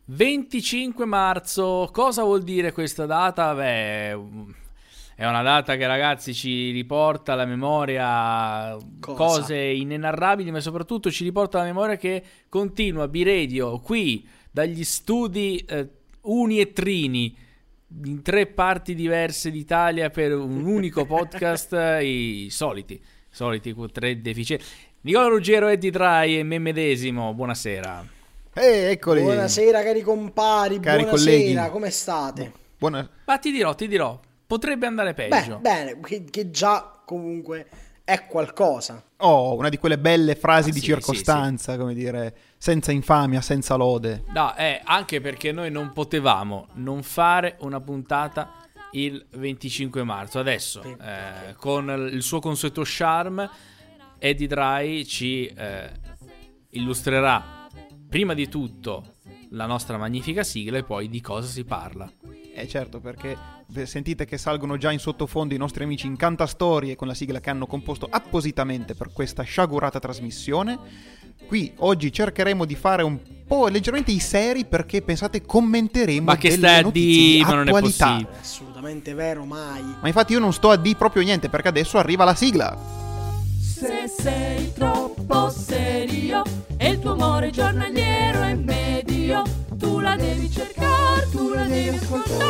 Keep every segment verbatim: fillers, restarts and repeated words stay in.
venticinque marzo, cosa vuol dire questa data? Beh, è una data che, ragazzi, ci riporta alla memoria Cosa? cose inenarrabili, ma soprattutto ci riporta alla memoria che continua B-Radio qui dagli studi eh, Uni e Trini in tre parti diverse d'Italia per un unico podcast, i soliti, soliti tre deficienti. Nicola Ruggero, Eddie Dry e me medesimo, buonasera. Ehi, eccoli. Buonasera cari compari, Cari buonasera, colleghi. come state? Buona... Ma ti dirò, ti dirò, potrebbe andare peggio. Beh, bene, che, che già comunque è qualcosa. Oh, una di quelle belle frasi Ah, di sì, circostanza, come dire, senza infamia, senza lode. No, eh, anche perché noi non potevamo non fare una puntata il venticinque marzo. Adesso, eh, con il suo consueto charme, Eddie Dry ci eh, illustrerà prima di tutto la nostra magnifica sigla e poi di cosa si parla. Eh certo, perché sentite che salgono già in sottofondo i nostri amici in Cantastorie con la sigla che hanno composto appositamente per questa sciagurata trasmissione. Qui oggi cercheremo di fare un po' leggermente i seri, perché pensate commenteremo Ma che delle stai a notizie di... di ma non è attualità. possibile. Assolutamente vero, mai. Ma infatti io non sto a di proprio niente, perché adesso arriva la sigla. Se sei troppo serio e il tuo umore giornaliero è medio, tu la devi cercare, tu la devi ascoltare.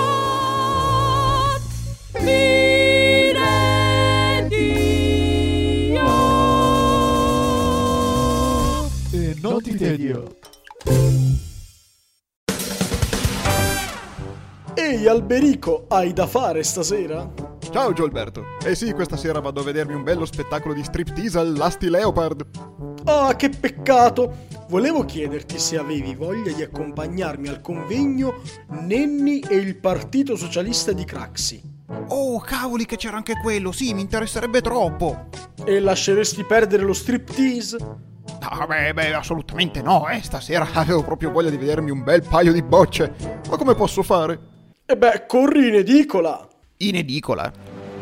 B-Radio. E non ti tedio. Ehi Alberico, hai da fare stasera? Ciao Giolberto. Eh sì, questa sera vado a vedermi un bello spettacolo di striptease all'Asti Leopard. Ah, che peccato! Volevo chiederti se avevi voglia di accompagnarmi al convegno Nenni e il Partito Socialista di Craxi. Oh, cavoli che c'era anche quello, sì, mi interesserebbe troppo. E lasceresti perdere lo striptease? No, beh, beh, assolutamente no, eh, stasera avevo proprio voglia di vedermi un bel paio di bocce. Ma come posso fare? E beh, corri in edicola! In edicola?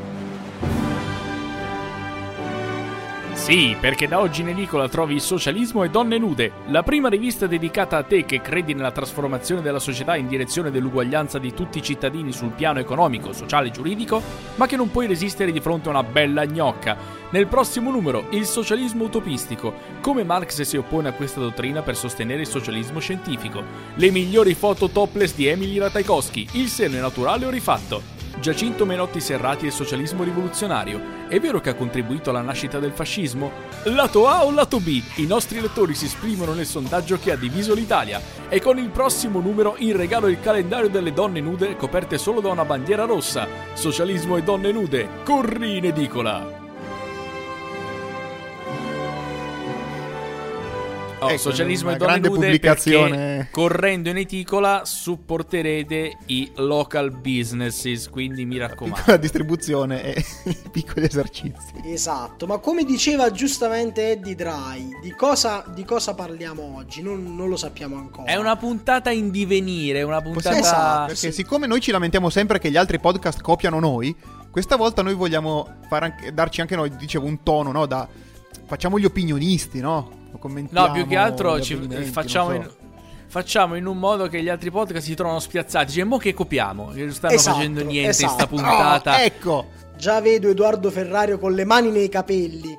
Sì, perché da oggi in edicola trovi Socialismo e Donne Nude, la prima rivista dedicata a te che credi nella trasformazione della società in direzione dell'uguaglianza di tutti i cittadini sul piano economico, sociale e giuridico, ma che non puoi resistere di fronte a una bella gnocca. Nel prossimo numero, il socialismo utopistico, come Marx si oppone a questa dottrina per sostenere il socialismo scientifico, le migliori foto topless di Emily Ratajkowski, il seno è naturale o rifatto. Giacinto Menotti Serrati e il socialismo rivoluzionario. È vero che ha contribuito alla nascita del fascismo? Lato A o lato B? I nostri lettori si esprimono nel sondaggio che ha diviso l'Italia. E con il prossimo numero in regalo il calendario delle donne nude coperte solo da una bandiera rossa. Socialismo e donne nude. Corri in edicola! Oh, Ecco, socialismo una e donne grande nude, pubblicazione. perché correndo in edicola supporterete i local businesses, quindi mi raccomando. Piccola distribuzione e piccoli esercizi. Esatto, ma come diceva giustamente Eddie Dry, di cosa, di cosa parliamo oggi? Non, non lo sappiamo ancora. È una puntata in divenire, una puntata... Esatto. Perché sì. siccome noi ci lamentiamo sempre che gli altri podcast copiano noi, questa volta noi vogliamo fare anche, darci anche noi, dicevo, un tono, no? Da facciamo gli opinionisti, no? Commentiamo No, più che altro gli ci avvenimenti, facciamo non in, so. facciamo in un modo che gli altri podcast si trovano spiazzati. Dice, mo che copiamo? Che non stanno Esatto, facendo niente esatto. in sta puntata. Oh, ecco. Già vedo Edoardo Ferrario con le mani nei capelli.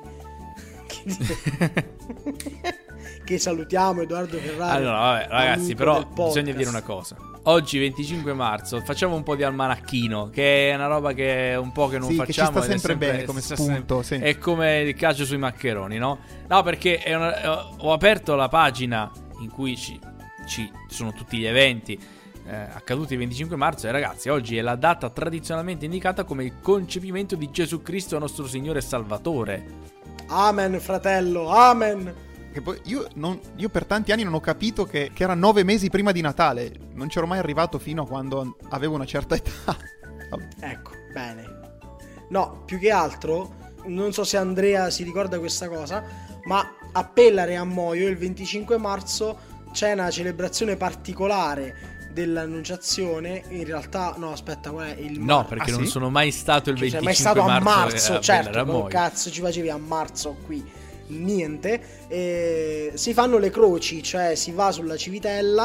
Che salutiamo Edoardo Ferrario. Allora, vabbè, ragazzi, amico però del podcast. bisogna dire una cosa. Oggi venticinque marzo facciamo un po' di almanacchino, che è una roba che un po' che non Sì, che ci facciamo. sta ed è sempre bene come sta spunto, sempre- sì. È come il calcio sui maccheroni, no? No, perché è una- ho aperto la pagina in cui ci, ci sono tutti gli eventi eh, accaduti il venticinque marzo e ragazzi, oggi è la data tradizionalmente indicata come il concepimento di Gesù Cristo nostro Signore e Salvatore. Amen, fratello, amen. Che poi io, non, io per tanti anni non ho capito che, che era nove mesi prima di Natale. Non c'ero mai arrivato fino a quando avevo una certa età. Ecco, bene. No, più che altro, non so se Andrea si ricorda questa cosa, ma a Pellare e a Moio il venticinque marzo c'è una celebrazione particolare dell'Annunciazione. In realtà, no, aspetta, qual è il No, mar- perché Ah, non sì? sono mai stato il Cioè, venticinque sei mai stato a marzo. marzo, eh, a certo, Bella come Ramoio. cazzo ci facevi a marzo qui? Niente. Eh, si fanno le croci, cioè si va sulla Civitella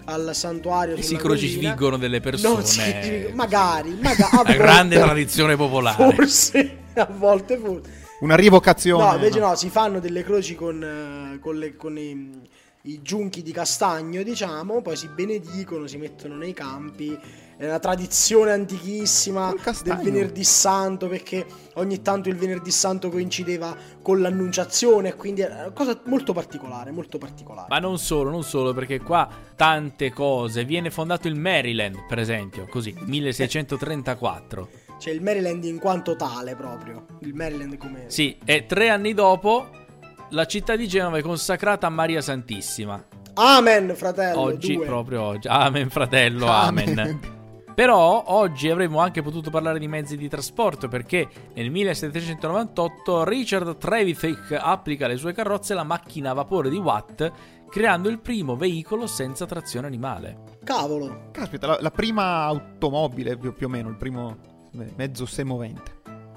al santuario. E sulla si crocifiggono collina. delle persone. Non si- magari, magari a La grande volte, tradizione popolare. forse, a volte forse. Una rivocazione. No, invece no, si fanno delle croci con, eh, con, le- con i, i giunchi di castagno, diciamo, poi si benedicono, si mettono nei campi. È una tradizione antichissima Col castagno. del venerdì santo, perché ogni tanto il venerdì santo coincideva con l'annunciazione, quindi è una cosa molto particolare, molto particolare. Ma non solo, non solo, perché qua tante cose. Viene fondato il Maryland, per esempio, così, milleseicentotrentaquattro. C'è il Maryland in quanto tale proprio, il Maryland come... Sì, e tre anni dopo la città di Genova è consacrata a Maria Santissima. Amen, fratello. Oggi, due. proprio oggi. Amen, fratello, amen. Però oggi avremmo anche potuto parlare di mezzi di trasporto, perché nel millesettecentonovantotto Richard Trevithick applica alle sue carrozze la macchina a vapore di Watt, creando il primo veicolo senza trazione animale. Cavolo. Caspita, la, la prima automobile più, più o meno, il primo mezzo semovente.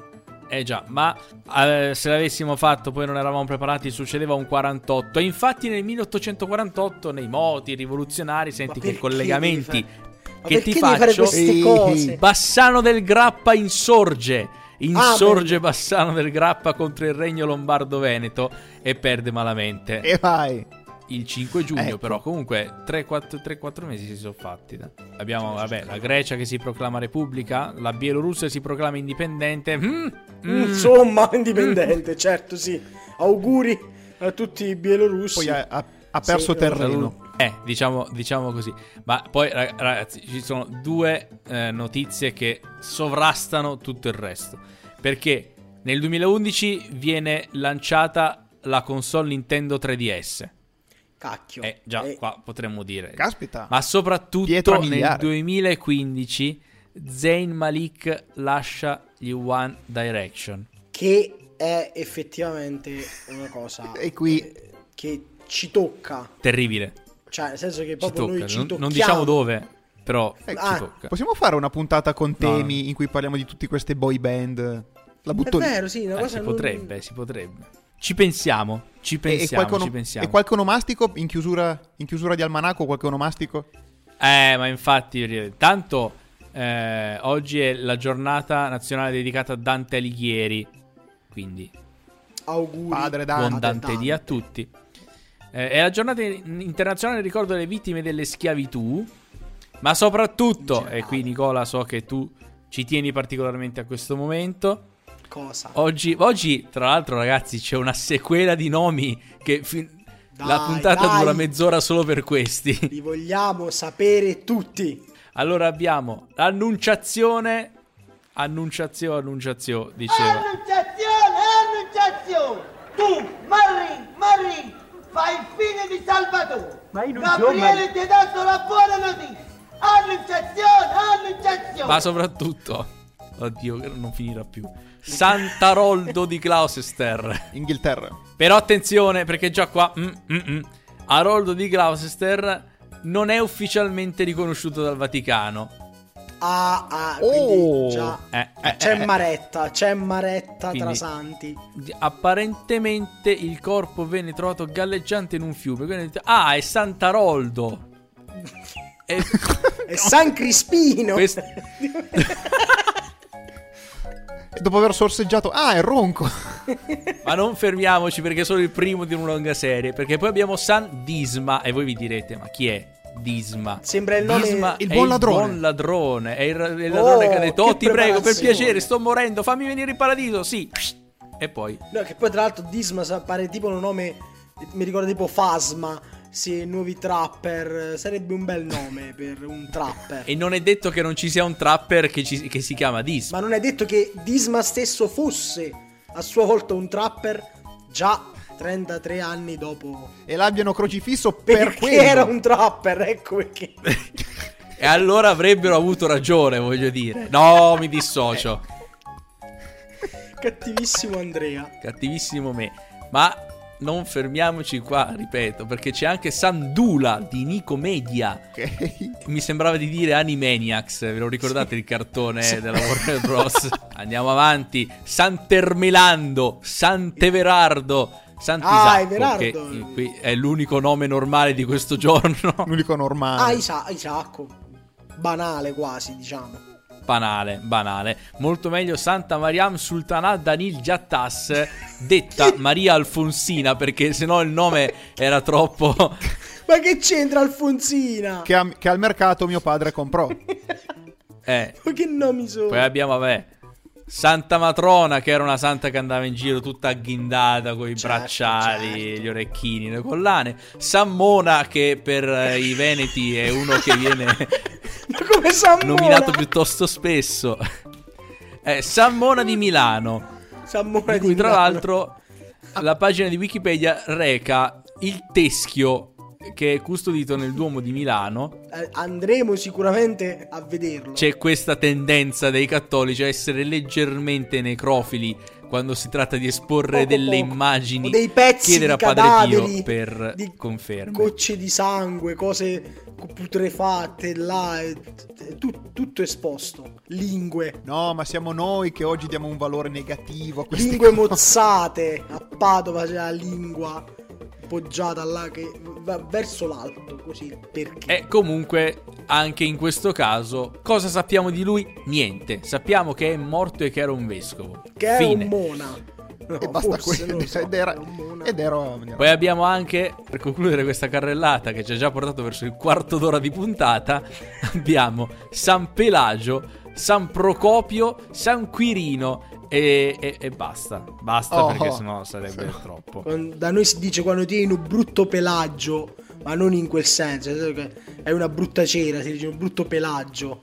Eh già, ma eh, se l'avessimo fatto poi non eravamo preparati, succedeva un quarantotto. E infatti nel milleottocentoquarantotto nei moti rivoluzionari, senti Ma che perché collegamenti devi fare- Ma che perché ti devi fare faccio. queste Ehi. cose? Bassano del Grappa insorge. Insorge Ah, beh. Bassano del Grappa contro il regno lombardo-veneto e perde malamente. E vai. Il cinque giugno, Ecco. però, comunque tre quattro mesi si sono fatti. dai. Abbiamo, vabbè, la Grecia che si proclama repubblica, la Bielorussia si proclama indipendente. Mm, mm. Insomma, indipendente, certo, sì. Auguri a tutti i bielorussi. Poi ha, ha- ha perso Sì, terreno. Eh, diciamo, diciamo così. Ma poi, rag- ragazzi, ci sono due eh, notizie che sovrastano tutto il resto. Perché nel duemilaundici viene lanciata la console Nintendo tre D S. Cacchio. Eh, già, Eh, qua potremmo dire. Caspita. Ma soprattutto Pietra nel miliare. duemilaquindici Zayn Malik lascia gli One Direction. Che è effettivamente una cosa E qui- eh, che ci tocca. Terribile. Cioè, nel senso che Ci proprio tocca. noi ci Non, tocchiamo. non diciamo dove, però Ah, ci tocca. Possiamo fare una puntata con No. temi in cui parliamo di tutte queste boy band? La È butto lì. vero, sì, una Eh, cosa si non- potrebbe, si potrebbe. Ci pensiamo, ci E- pensiamo, e, qualche ono- ci pensiamo. e qualche onomastico in chiusura, in chiusura di almanacco? Qualche onomastico? Eh, ma infatti, tanto eh, oggi è la giornata nazionale dedicata a Dante Alighieri. Quindi, Auguri. Padre buon Dante. Dante dia a tutti. Eh, è la giornata internazionale in ricordo delle vittime delle schiavitù. Ma soprattutto, In e generale. qui Nicola so che tu ci tieni particolarmente a questo momento. Cosa? Oggi, oggi, tra l'altro, ragazzi, c'è una sequela di nomi che fi- Dai, la puntata dai. dura mezz'ora solo per questi. Li vogliamo sapere tutti. Allora abbiamo l'annunciazione, annunciazione, annunciazione, diceva. Annunciazione, annunciazione! Tu, Marin, Marin, fai il fine di Salvatore! Ma io non Gabriele ti ha dato la buona notizia! Annunciazione, annunciazione! Ma soprattutto, oddio, che non finirà più. Santaroldo di Gloucester. Inghilterra. Però attenzione, perché già qua mm, mm, mm, Aroldo di Gloucester non è ufficialmente riconosciuto dal Vaticano. Ah, ah, Oh. quindi già Eh, eh, c'è eh, Maretta, c'è Maretta tra Quindi- santi. apparentemente il corpo venne trovato galleggiante in un fiume. Quindi, ah, è Santaroldo. E È San Crispino. questo- E dopo aver sorseggiato, ah, è Ronco. Ma non fermiamoci, perché è solo il primo di una lunga serie. Perché poi abbiamo San Disma. E voi vi direte, ma chi è Disma? Sembra il nome- Disma Il è buon ladrone. Il buon ladrone. È il, il ladrone Oh, che ha detto: che oh, ti prego, per preparazione." piacere, sto morendo, fammi venire in paradiso. Sì. E poi No, che poi tra l'altro Disma sa- pare tipo un nome, mi ricorda tipo Fasma, sì, nuovi trapper, sarebbe un bel nome per un trapper. E non è detto che non ci sia un trapper che, ci- che si chiama Disma. Ma non è detto che Disma stesso fosse a sua volta un trapper già trentatré anni dopo. E l'abbiano crocifisso per Perché quello. era un trapper, ecco perché. E allora avrebbero avuto ragione, voglio dire. No, mi dissocio. Cattivissimo Andrea. Cattivissimo me. Ma non fermiamoci qua, ripeto, perché c'è anche Sandula di Nicomedia. Ok. Mi sembrava di dire Animaniacs, ve lo ricordate il cartone della Warner Bros? Andiamo avanti. Sant'Ermelando, Sant'Everardo, Sant'Isacco, Ah, Everardo. che qui è l'unico nome normale di questo giorno. L'unico normale. Ah, Isa- Isacco. Banale quasi, diciamo. Banale, banale. Molto meglio Santa Mariam Sultanat Danil Jattas, detta Maria Alfonsina, perché sennò il nome era troppo... Ma che c'entra Alfonsina? Che, a- che al mercato mio padre comprò. Eh, Ma che nomi sono? poi abbiamo, vabbè, Santa Matrona, che era una santa che andava in giro tutta agghindata con i Certo, bracciali, certo. gli orecchini, le collane. San Mona, che per eh, i veneti è uno che viene Ma come San Mona? nominato piuttosto spesso. Eh, San Mona di Milano, San Mona di cui tra Milano. l'altro la pagina di Wikipedia reca il teschio che è custodito nel Duomo di Milano. Eh, andremo sicuramente a vederlo. C'è questa tendenza dei cattolici a essere leggermente necrofili quando si tratta di esporre Poco, delle poco. immagini, O dei pezzi chiedere di a Padre Pio cadaveri, per di conferme. gocce di sangue, cose putrefatte là, è- è tu- tutto esposto. Lingue, No, ma siamo noi che oggi diamo un valore negativo a queste lingue cose. mozzate. A Padova c'è la lingua poggiata là che va verso l'alto, così. Perché? E comunque, anche in questo caso, cosa sappiamo di lui? Niente. Sappiamo che è morto e che era un vescovo. Che è Fine. un mona. No, E basta forse, quello. non lo so, ed era, è un mona. ed era Poi abbiamo anche, per concludere questa carrellata che ci ha già portato verso il quarto d'ora di puntata, abbiamo San Pelagio, San Procopio, San Quirino e, e, e basta. Basta Oh. perché sennò sarebbe troppo. Con- Da noi si dice quando tieni un brutto pelaggio, ma non in quel senso, nel senso che è una brutta cera, si dice un brutto pelaggio.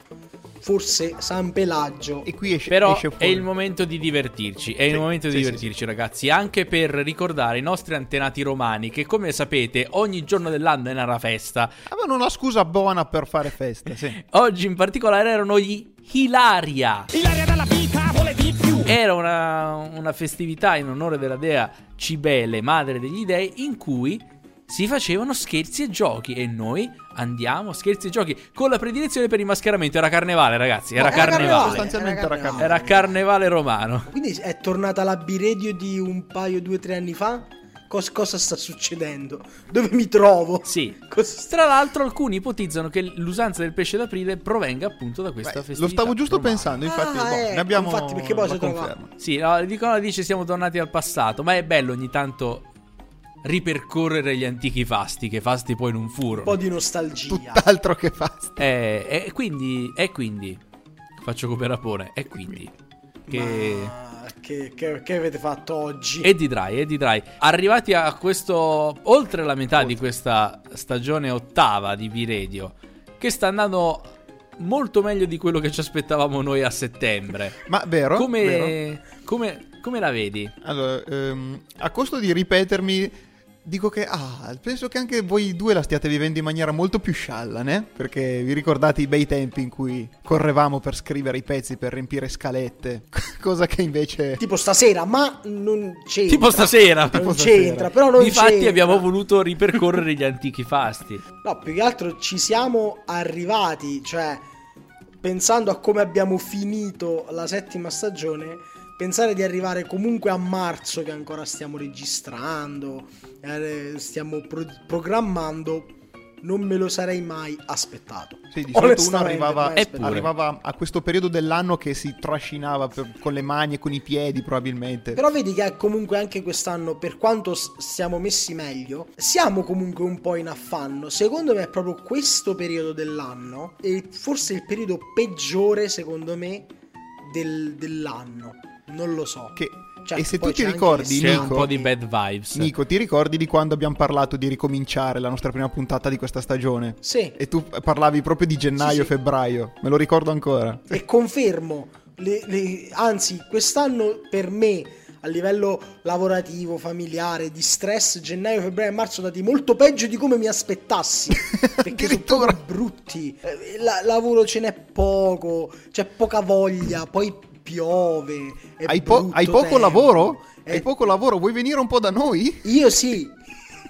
Forse San Pelagio. E qui esce, Però esce è fuori. il momento di divertirci. È il Sì, momento di sì, divertirci, sì, ragazzi. Anche per ricordare i nostri antenati romani, che come sapete ogni giorno dell'anno è una festa. Avevano una scusa buona per fare festa, sì. Oggi in particolare erano gli Hilaria. Ilaria dalla vita vuole di più. Era una, una festività in onore della dea Cibele, madre degli dei, in cui si facevano scherzi e giochi. E noi andiamo, scherzi e giochi, con la predilezione per il mascheramento. Era carnevale, ragazzi, era No, era carnevale. carnevale. Sostanzialmente era carnevale. Era carnevale romano. Quindi è tornata la B-Radio di un paio, due, tre anni fa? Cos- cosa sta succedendo? Dove mi trovo? Sì. Cos- Tra l'altro alcuni ipotizzano che l'usanza del pesce d'aprile provenga appunto da questa Beh, festività lo stavo giusto romana. pensando, infatti, Ah, boh, ecco, ne abbiamo infatti, perché poi la si trova- conferma. Sì, no, dicono, dice siamo tornati al passato, ma è bello ogni tanto ripercorrere gli antichi fasti, che fasti poi non un furono. po' di nostalgia. Tutt'altro che fast. E, e quindi, e quindi, faccio coperapone, e quindi, che... Ma che, che- che avete fatto oggi? E di dry, e di dry. Arrivati a questo, oltre la metà di questa stagione ottava di B-Radio, che sta andando molto meglio di quello che ci aspettavamo noi a settembre. Ma vero? Come, vero? come, come la vedi? Allora, ehm, a costo di ripetermi, dico che ah, penso che anche voi due la stiate vivendo in maniera molto più sciallane, perché vi ricordate i bei tempi in cui correvamo per scrivere i pezzi, per riempire scalette, cosa che invece... Tipo stasera, ma non c'entra. Tipo stasera. Non Tipo stasera. c'entra, però non Difatti c'entra. abbiamo voluto ripercorrere gli antichi fasti. No, più che altro ci siamo arrivati, cioè, pensando a come abbiamo finito la settima stagione, pensare di arrivare comunque a marzo, che ancora stiamo registrando, eh, stiamo pro- programmando, non me lo sarei mai aspettato. Sì, di solito uno Onestamente, arrivava, mai aspettato. arrivava a questo periodo dell'anno che si trascinava per- con le mani e con i piedi probabilmente. Però vedi che comunque anche quest'anno, per quanto s- siamo messi meglio, siamo comunque un po' in affanno. Secondo me è proprio questo periodo dell'anno, e forse il periodo peggiore, secondo me, del- dell'anno. Non lo so. Che- Cioè, e se poi tu ti c'è anche ricordi, C'è l'estate. un Nico, po' di bad vibes. Nico, ti ricordi di quando abbiamo parlato di ricominciare la nostra prima puntata di questa stagione? Sì, E tu parlavi proprio di gennaio, Sì, sì. febbraio, me lo ricordo ancora. e confermo. le- le- anzi, quest'anno per me, a livello lavorativo, familiare, di stress, gennaio, febbraio e marzo sono andati molto peggio di come mi aspettassi. Perché sono Addirittura. proprio brutti. Eh, la- lavoro ce n'è poco, c'è poca voglia, poi piove. è Hai, po- brutto hai poco tempo. lavoro? Eh, Hai poco lavoro? Vuoi venire un po' da noi? Io sì.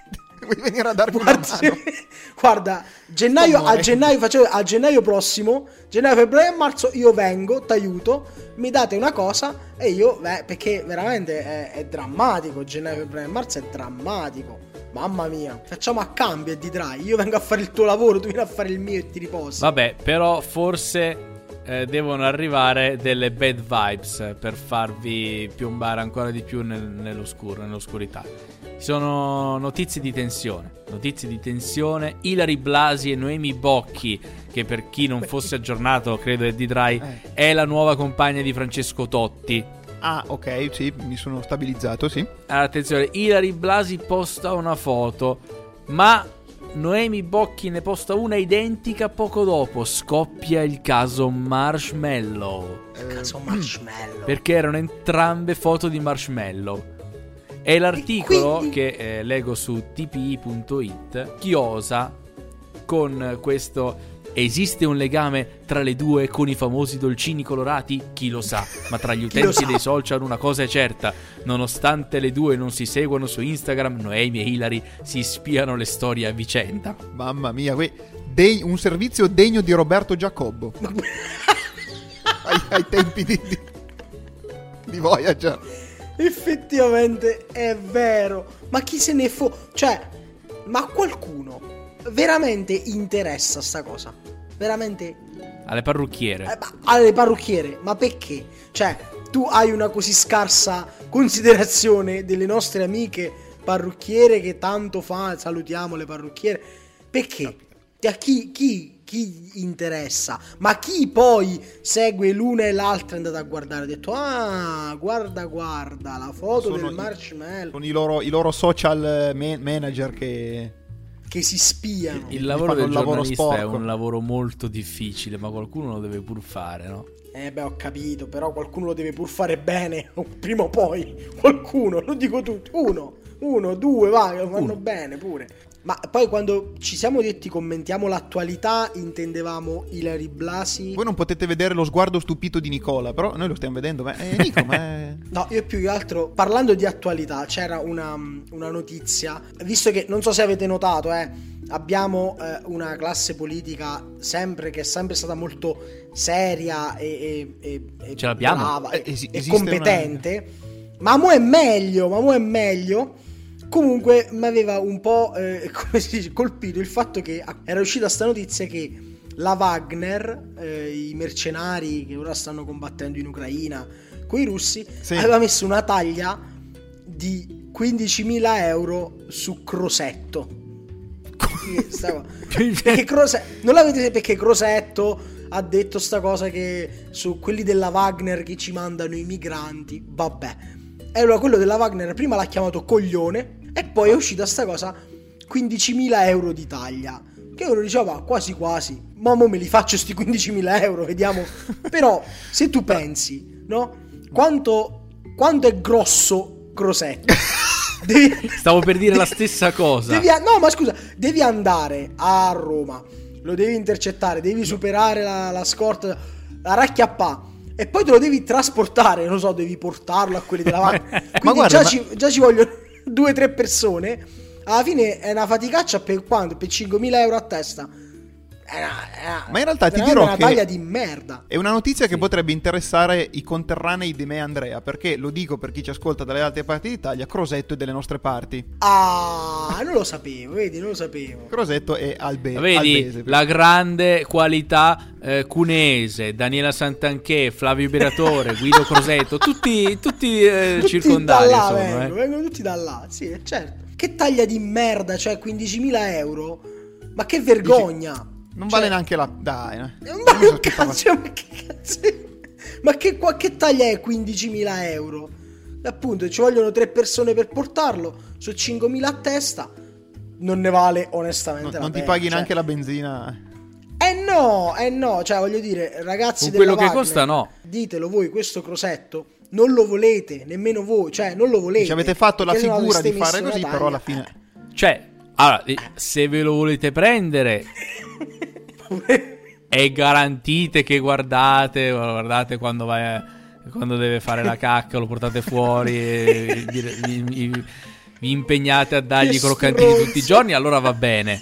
Vuoi venire a darmi Guarda, una mano? guarda, gennaio, Sto a, gennaio, facevo, a gennaio prossimo, gennaio, febbraio e marzo, io vengo, t'aiuto, mi date una cosa e io, beh, perché veramente è, è drammatico, gennaio, febbraio e marzo è drammatico. Mamma mia, facciamo a cambio e di dry. Io vengo a fare il tuo lavoro, tu vieni a fare il mio e ti riposi. Vabbè, però forse eh, devono arrivare delle bad vibes per farvi piombare ancora di più nel, nell'oscuro, nell'oscurità. Ci sono notizie di tensione. Notizie di tensione. Ilary Blasi e Noemi Bocchi, che per chi non fosse aggiornato, credo è di dry, Eh. è la nuova compagna di Francesco Totti. Ah, ok, sì, mi sono stabilizzato, sì. Allora, attenzione, Ilary Blasi posta una foto, ma Noemi Bocchi ne posta una identica poco dopo. Scoppia il caso Marshmallow. Caso Marshmallow. Perché erano entrambe foto di Marshmallow. E l'articolo quindi- che eh, leggo su t p i punto it chiosa con questo: esiste un legame tra le due con i famosi dolcini colorati? Chi lo sa, ma tra gli Chi lo utenti sa? dei social una cosa è certa: nonostante le due non si seguano su Instagram, Noemi e Ilary si spiano le storie a vicenda. Mamma mia, que- dei- un servizio degno di Roberto Giacobbo. ai, ai tempi di, di, di Voyager. Effettivamente è vero. Ma chi se ne fo... Cioè, ma qualcuno veramente interessa sta cosa? Veramente? Alle parrucchiere. Eh, ma alle parrucchiere, ma perché? Cioè, tu hai una così scarsa considerazione delle nostre amiche parrucchiere che tanto fa, salutiamo le parrucchiere. Perché? A chi, chi, chi interessa? Ma chi poi segue l'una e l'altra è andato a guardare, ha detto: ah, guarda, guarda, la foto Sono del i- marshmallow. Con i loro, i loro social man- manager che... Che si spiano. Il Gli lavoro fanno del il lavoro giornalista è sporco. un lavoro molto difficile, ma qualcuno lo deve pur fare, no? Eh beh, ho capito, però qualcuno lo deve pur fare bene, prima o poi. Qualcuno, non dico tutti, uno, uno, due, va, che vanno bene pure. Ma poi quando ci siamo detti commentiamo l'attualità, intendevamo Ilary Blasi. Voi non potete vedere lo sguardo stupito di Nicola, però noi lo stiamo vedendo. Ma eh, Nico, ma è... No, io più che altro, parlando di attualità, c'era una, una notizia, visto che, non so se avete notato, eh, abbiamo eh, una classe politica sempre che è sempre stata molto seria e, e, e Ce l'abbiamo? brava e, Eh, esi- e esiste competente, ma mo è meglio, ma mo è meglio. Comunque mi aveva un po' eh, come si dice, colpito il fatto che era uscita sta notizia che la Wagner, eh, i mercenari che ora stanno combattendo in Ucraina con i russi, Sì. aveva messo una taglia di quindicimila euro su Crosetto. Che stava- perché Crose- non l'avete perché Crosetto ha detto sta cosa che su quelli della Wagner che ci mandano i migranti, vabbè. E allora quello della Wagner prima l'ha chiamato coglione e poi è uscita sta cosa quindicimila euro di taglia. Che uno diceva quasi quasi, ma mo me li faccio sti quindicimila euro, vediamo. Però se tu pensi, no? Quanto, quanto è grosso Crosetto? Devi... Stavo per dire la stessa cosa. Devi a- no, ma scusa, devi andare a Roma, lo devi intercettare, devi superare la, la scorta, la racchiappà, e poi te lo devi trasportare, non so, devi portarlo a quelli della Wagner. Quindi guarda, già, ma- ci, già ci vogliono due o tre persone. Alla fine è una faticaccia per quanto? Per cinquemila euro a testa. È una, è una, Ma in realtà ti veramente dirò una che- taglia di merda. È una notizia che potrebbe interessare i conterranei di me e Andrea, perché lo dico per chi ci ascolta dalle altre parti d'Italia, Crosetto è delle nostre parti. Ah, non lo sapevo, vedi, non lo sapevo. Crosetto è albe- Vedi albese. la grande qualità eh, cuneese, Daniela Santanché, Flavio Beratore, Guido Crosetto, tutti, tutti, eh, Tutti circondari da là sono, vengono, eh. vengono tutti da là, sì, certo. Che taglia di merda, cioè quindicimila euro. Ma che vergogna. Non Cioè, vale neanche la... Dai, eh. Ma Non mi che aspettavo- cazzo, ma che cazzo è? Ma che, qua- che taglia è quindicimila euro? Appunto, ci vogliono tre persone per portarlo, su cinquemila a testa. Non ne vale onestamente Non, la non ti pena, paghi cioè. neanche la benzina. Eh no, eh no, cioè voglio dire, ragazzi Con della quello che Wagner, costa, no. ditelo voi, questo Crosetto non lo volete, nemmeno voi, cioè non lo volete. Ci avete fatto la perché sennò figura di avreste fare messo così, una però alla taglia. fine... Cioè, allora, eh, se ve lo volete prendere e garantite che guardate, guardate quando vai a- quando deve fare la cacca, lo portate fuori, e vi, vi- vi- vi impegnate a dargli Che croccantini stronzi. tutti i giorni, allora va bene.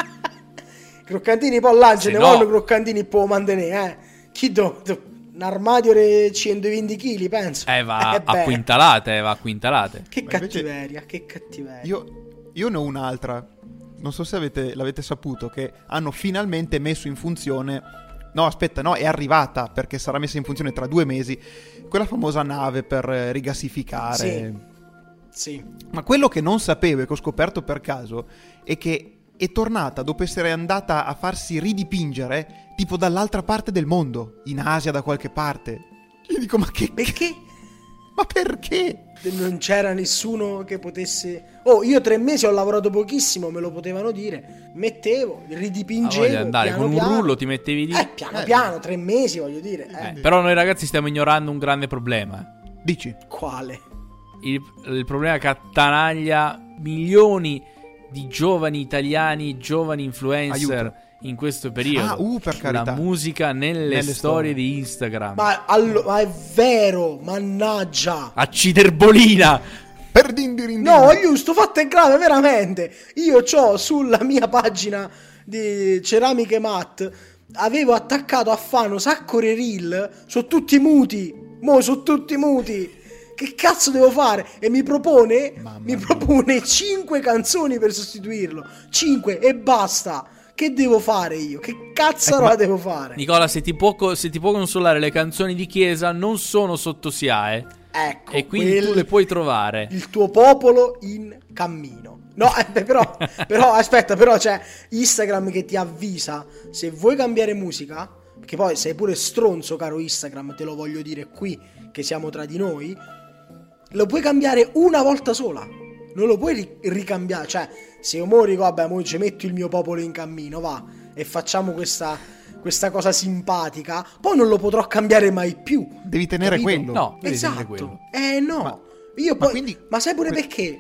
Croccantini poi là ce Se ne no- vogliono croccantini può mantenere, eh. Chi do, do- un armadio di centoventi chili, penso. Eh, va Eh, beh. a quintalate, va a quintalate. Che Ma invece- cattiveria, che cattiveria. Io, io ne ho un'altra. Non so se avete, l'avete saputo, che hanno finalmente messo in funzione... No, aspetta, no, è arrivata, perché sarà messa in funzione tra due mesi, quella famosa nave per eh, rigassificare. Sì. Sì. Ma quello che non sapevo e che ho scoperto per caso è che è tornata dopo essere andata a farsi ridipingere tipo dall'altra parte del mondo, in Asia da qualche parte. Io dico, ma che... Perché? Ma perché? Non c'era nessuno che potesse... Oh, io tre mesi ho lavorato pochissimo, me lo potevano dire. Mettevo, Ah, ridipingevo. voglio andare piano con un piano. rullo, ti mettevi lì. Eh, piano Eh. piano, tre mesi, voglio dire. Eh. Eh, però noi ragazzi stiamo ignorando un grande problema. Dici? Quale? Il, il problema che attanaglia milioni di giovani italiani, giovani influencer Aiuto. in questo periodo. Ah, uh, per carità. La musica nelle, Nelle storie, storie. di Instagram. Ma, allo- ma è vero, mannaggia. A Ciderbolina! Per dindirindin. No, giusto, fatto è grave, veramente. Io c'ho sulla mia pagina di Ceramiche Matt, avevo attaccato a Fano sacco di reel, sono tutti muti. Mo sono tutti muti. Che cazzo devo fare? E mi propone Mamma mi mia. propone cinque canzoni per sostituirlo. cinque e basta. Che devo fare io? Che cazzarola Ecco, ma- devo fare? Nicola, se ti, può, co- se ti può consolare, le canzoni di chiesa non sono sotto S I A E. Ecco, E quindi quel- tu le puoi trovare. il tuo popolo in cammino. No, eh, beh, però, però aspetta, però c'è Instagram che ti avvisa se vuoi cambiare musica, perché poi sei pure stronzo, caro Instagram, te lo voglio dire qui, che siamo tra di noi, lo puoi cambiare una volta sola. Non lo puoi ri- ricambiare, cioè se io mo dico vabbè, mo ci metto il mio popolo in cammino, va, e facciamo questa, questa cosa simpatica, poi non lo potrò cambiare mai più. Devi tenere capito? quello. No, devi tenere Esatto. quello. Eh no. Ma- io ma poi quindi- ma sai pure que- perché?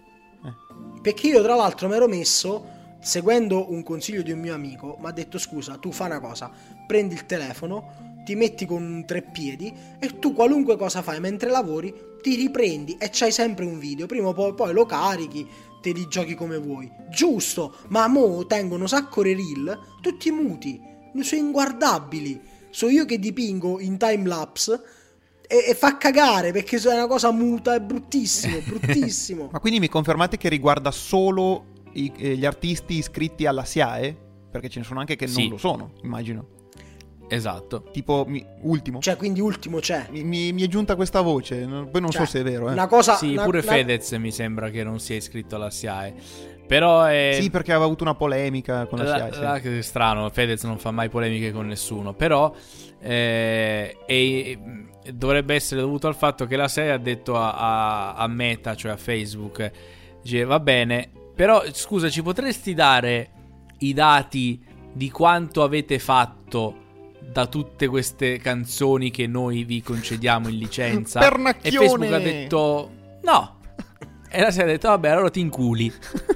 Perché io tra l'altro mi ero messo, seguendo un consiglio di un mio amico, mi ha detto scusa, tu fai una cosa, prendi il telefono, ti metti con un treppiedi e tu qualunque cosa fai mentre lavori, ti riprendi e c'hai sempre un video, prima o poi, poi lo carichi, te li giochi come vuoi. Giusto, ma mo tengono un sacco di reel, tutti muti, sono inguardabili. So io che dipingo in time lapse e, e fa cagare perché è una cosa muta, è bruttissimo, bruttissimo. Ma quindi mi confermate che riguarda solo i- eh, gli artisti iscritti alla S I A E? Perché ce ne sono anche che Sì. non lo sono, immagino. Esatto. Tipo, mi- ultimo. Cioè, quindi ultimo c'è. Mi, mi- mi è giunta questa voce, non- poi non Cioè, so se è vero. Eh. Una cosa, Sì, una- pure una- Fedez mi sembra che non sia iscritto alla S I A E. Però è... Sì, perché aveva avuto una polemica con la, La- S I A E. sì. la- che strano, Fedez non fa mai polemiche con nessuno, però eh, e, dovrebbe essere dovuto al fatto che la S I A E ha detto a, a- a Meta, cioè a Facebook, dice va bene, però scusa, ci potresti dare i dati di quanto avete fatto da tutte queste canzoni che noi vi concediamo in licenza? E Pernacchione! Facebook ha detto no, e la S I A E ha detto vabbè, allora ti inculi.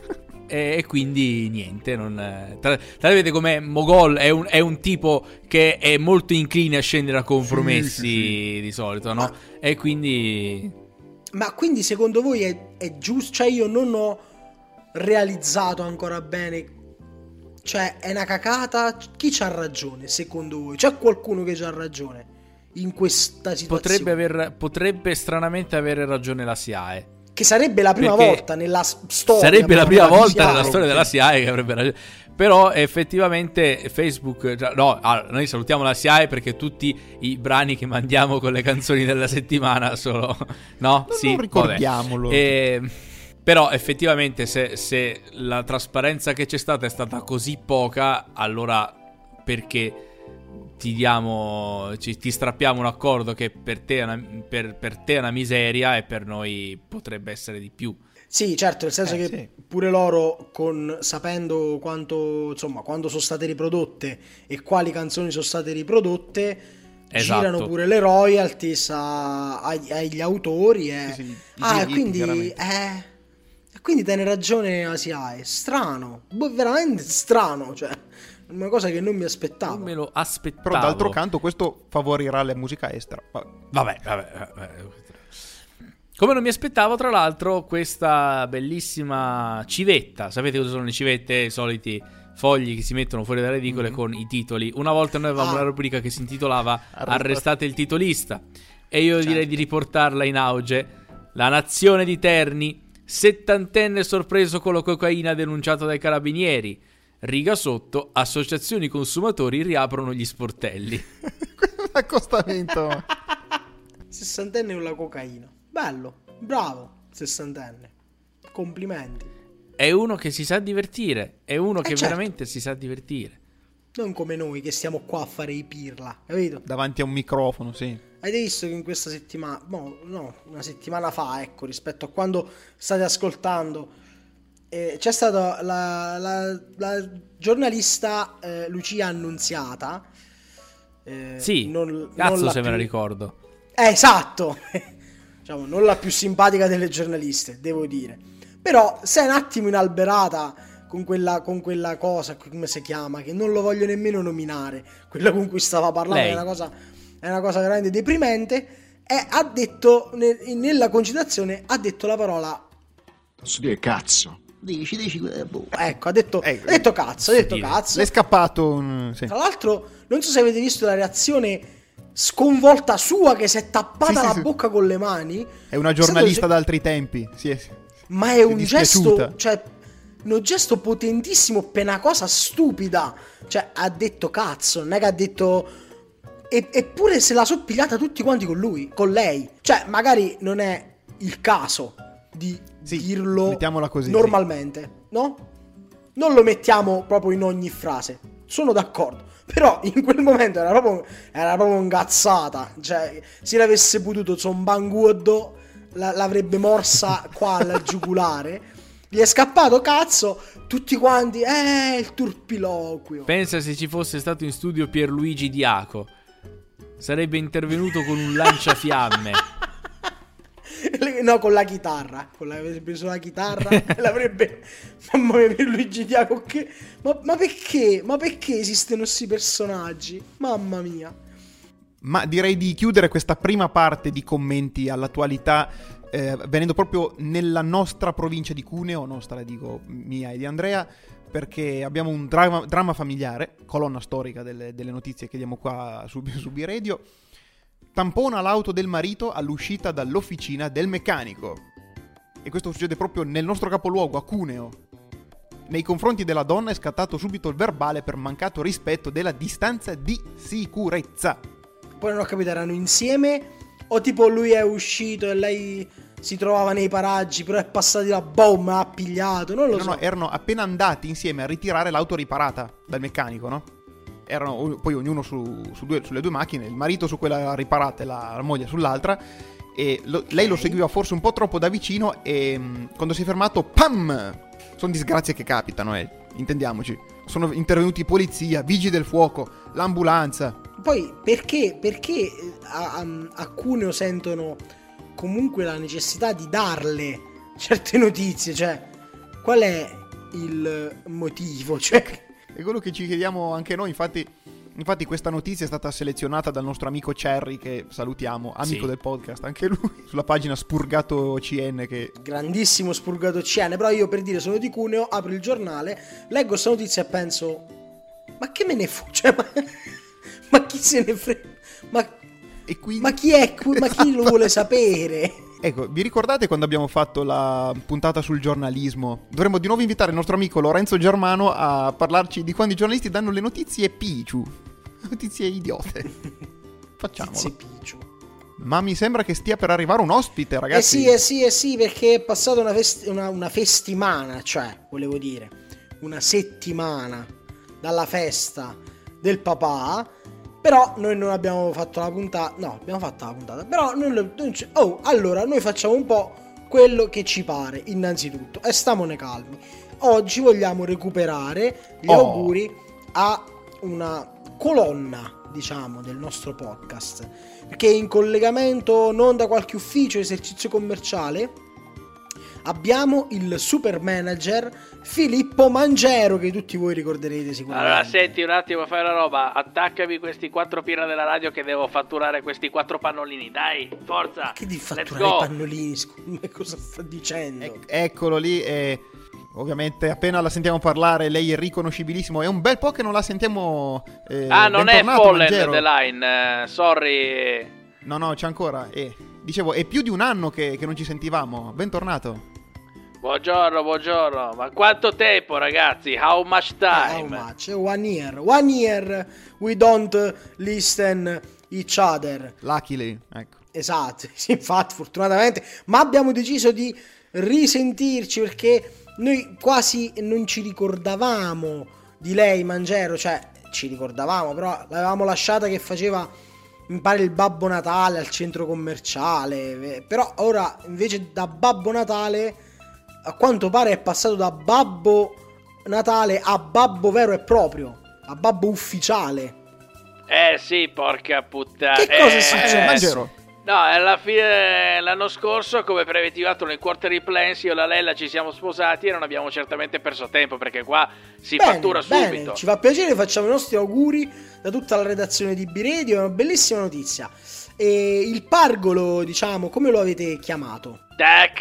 E, e quindi niente, non, tra, tra vedete come Mogol è un, è un tipo che è molto incline a scendere a compromessi Sì, sì, di solito, no? Ma- E quindi Ma quindi secondo voi è, è giusto? Cioè, io non ho realizzato ancora bene. Cioè, è una cacata. Chi c'ha ragione, secondo voi? C'è qualcuno che c'ha ragione in questa situazione? potrebbe, aver, potrebbe stranamente avere ragione la S I A E. Che sarebbe la prima Perché volta nella s- storia. Sarebbe la proprio prima della volta S I A E. nella storia della S I A E che avrebbe ragione. Però effettivamente Facebook, già- no, allora, noi salutiamo la S I A E perché tutti i brani che mandiamo con le canzoni della settimana sono, no? Non- sì, non vabbè. ricordiamolo. E, però effettivamente se, se la trasparenza che c'è stata è stata così poca, allora perché ti diamo, ci, ti strappiamo un accordo che per te, è una, per, per te è una miseria e per noi potrebbe essere di più. Sì, certo, nel senso Eh, che sì. pure loro, con, sapendo quanto, insomma, quando sono state riprodotte e quali canzoni sono state riprodotte, Esatto. girano pure le royalties a- ai- agli autori. E... Sì, sì, i ah, e diritti, quindi, chiaramente. eh, e quindi te ne ragione A S I A E. Strano, boh, veramente strano, cioè, una cosa che non mi aspettavo. Non me lo aspettavo. Però d'altro canto questo favorirà la musica estera. Vabbè. Vabbè, vabbè, vabbè. Come non mi aspettavo, tra l'altro, questa bellissima civetta. Sapete cosa sono le civette? I soliti fogli che si mettono fuori dalle edicole mm-hmm. con i titoli. Una volta noi avevamo ah. una rubrica che si intitolava Arrestate il titolista, e io certo. direi di riportarla in auge. La nazione di Terni, settantenne sorpreso con la cocaina denunciato dai carabinieri. Riga sotto, associazioni consumatori riaprono gli sportelli. Accostamento. Sessantenne con la cocaina. Bello, bravo, sessantenne. Complimenti. È uno che si sa divertire, è uno eh che certo. veramente si sa divertire. Non come noi che stiamo qua a fare i pirla, capito? Davanti a un microfono, sì. Avete visto che in questa settimana, no, no, una settimana fa, ecco, rispetto a quando state ascoltando, eh, c'è stata la, la, la giornalista eh, Lucia Annunziata. Eh, sì, non, cazzo non se più... me la ricordo. Eh, esatto. Diciamo, non la più simpatica delle giornaliste, devo dire. Però sei un attimo inalberata con quella, con quella cosa, come si chiama, che non lo voglio nemmeno nominare, quella con cui stava parlando. Lei. è una cosa è una cosa veramente deprimente, e ha detto ne, nella concitazione ha detto la parola posso dire cazzo. Dici, dici, boh. Ecco, ha detto, eh, ha detto cazzo, ha detto dire. cazzo. Le è scappato un... sì. Tra l'altro, non so se avete visto la reazione sconvolta sua, che si è tappata sì, la sì, bocca sì. con le mani. È una giornalista è d'altri tempi, sì, sì. Ma è, è un gesto, cioè un gesto potentissimo per una cosa stupida. Cioè, ha detto cazzo, non è che ha detto... E, eppure se la so pigliata tutti quanti con lui, con lei. Cioè, magari non è il caso di sì, dirlo così, normalmente, sì. no? Non lo mettiamo proprio in ogni frase. Sono d'accordo. Però in quel momento era proprio, era proprio ingazzata. Cioè, se l'avesse potuto Zombanguodo la, l'avrebbe morsa qua al giugulare. Gli è scappato cazzo, tutti quanti, eh, il turpiloquio. Pensa se ci fosse stato in studio Pierluigi Diaco. Sarebbe intervenuto con un lanciafiamme. No, con la chitarra. Con la, avrebbe preso la chitarra e l'avrebbe... Mamma mia, Pierluigi Diaco, che... Ma, ma perché? Ma perché esistono questi personaggi? Mamma mia. Ma direi di chiudere questa prima parte di commenti all'attualità eh, venendo proprio nella nostra provincia di Cuneo, nostra dico mia e di Andrea, perché abbiamo un dramma, dramma familiare, colonna storica delle, delle notizie che diamo qua su, su B-Radio. Tampona l'auto del marito all'uscita dall'officina del meccanico. E questo succede proprio nel nostro capoluogo, a Cuneo. Nei confronti della donna è scattato subito il verbale per mancato rispetto della distanza di sicurezza. Poi non ho capito, erano insieme o tipo lui è uscito e lei si trovava nei paraggi, però è passata la bomba, ha pigliato, non lo no, so. No, erano appena andati insieme a ritirare l'auto riparata dal meccanico, no? Erano poi ognuno su, su due, sulle due macchine, il marito su quella riparata e la, la moglie sull'altra, e lo, okay. Lei lo seguiva forse un po' troppo da vicino e mh, quando si è fermato, pam! Sono disgrazie che capitano, eh, intendiamoci. Sono intervenuti polizia, vigili del fuoco, l'ambulanza. Poi perché, perché a, a, a Cuneo sentono comunque la necessità di darle certe notizie? Cioè, qual è il motivo? Cioè... È quello che ci chiediamo anche noi, infatti, infatti questa notizia è stata selezionata dal nostro amico Cherry, che salutiamo, amico sì. del podcast, anche lui, sulla pagina Spurgato C N. Che... Grandissimo Spurgato C N, però io per dire sono di Cuneo, apro il giornale, leggo questa notizia e penso, ma che me ne fu? Cioè, ma, ma chi se ne frega? Ma, e quindi... ma chi è? Ma chi lo vuole sapere? Ecco, vi ricordate quando abbiamo fatto la puntata sul giornalismo? Dovremmo di nuovo invitare il nostro amico Lorenzo Germano a parlarci di quando i giornalisti danno le notizie picciu. Notizie idiote. Facciamolo. Notizie picciu. Ma mi sembra che stia per arrivare un ospite, ragazzi. Eh sì, eh sì, eh sì, perché è passata una, fest- una, una festimana, cioè, volevo dire, una settimana dalla festa del papà. Però noi non abbiamo fatto la puntata. No, abbiamo fatto la puntata. Però non, non c- Oh, allora noi facciamo un po' quello che ci pare, innanzitutto. E stamone calmi. Oggi vogliamo recuperare gli oh. auguri a una colonna, diciamo, del nostro podcast, perché in collegamento non da qualche ufficio, esercizio commerciale, abbiamo il super manager Filippo Mangero, che tutti voi ricorderete sicuramente. Allora senti un attimo, fai la roba, attaccami questi quattro pirla della radio che devo fatturare questi quattro pannolini, dai, forza. Che di let's fatturare go. i pannolini, scusa, cosa sta dicendo? Ec- eccolo lì, e ovviamente appena la sentiamo parlare lei è riconoscibilissimo. È un bel po' che non la sentiamo. eh, Ah, non è bentornato, Fallen Mangero. the Line, eh, sorry. No, no, c'è ancora. eh, Dicevo, è più di un anno che, che non ci sentivamo. Bentornato. Buongiorno, buongiorno. Ma quanto tempo, ragazzi? How much How time? much? One year. One year we don't listen each other. Luckily, ecco. Esatto, sì, infatti, fortunatamente. Ma abbiamo deciso di risentirci perché noi quasi non ci ricordavamo di lei, Mangero. Cioè, ci ricordavamo, però l'avevamo lasciata che faceva, mi pare, il Babbo Natale al centro commerciale. Però ora, invece, da Babbo Natale, a quanto pare è passato da Babbo Natale a Babbo vero e proprio, a Babbo ufficiale. Eh sì, porca puttana. Che cosa è Eh, successo? Mangero. No, alla fine l'anno scorso, come preventivato nel quarterly plans, io e la Lella ci siamo sposati e non abbiamo certamente perso tempo, perché qua si Bene, fattura bene, subito. ci fa piacere, facciamo i nostri auguri da tutta la redazione di B-Radio, è una bellissima notizia. E il pargolo, diciamo, come lo avete chiamato? Tac.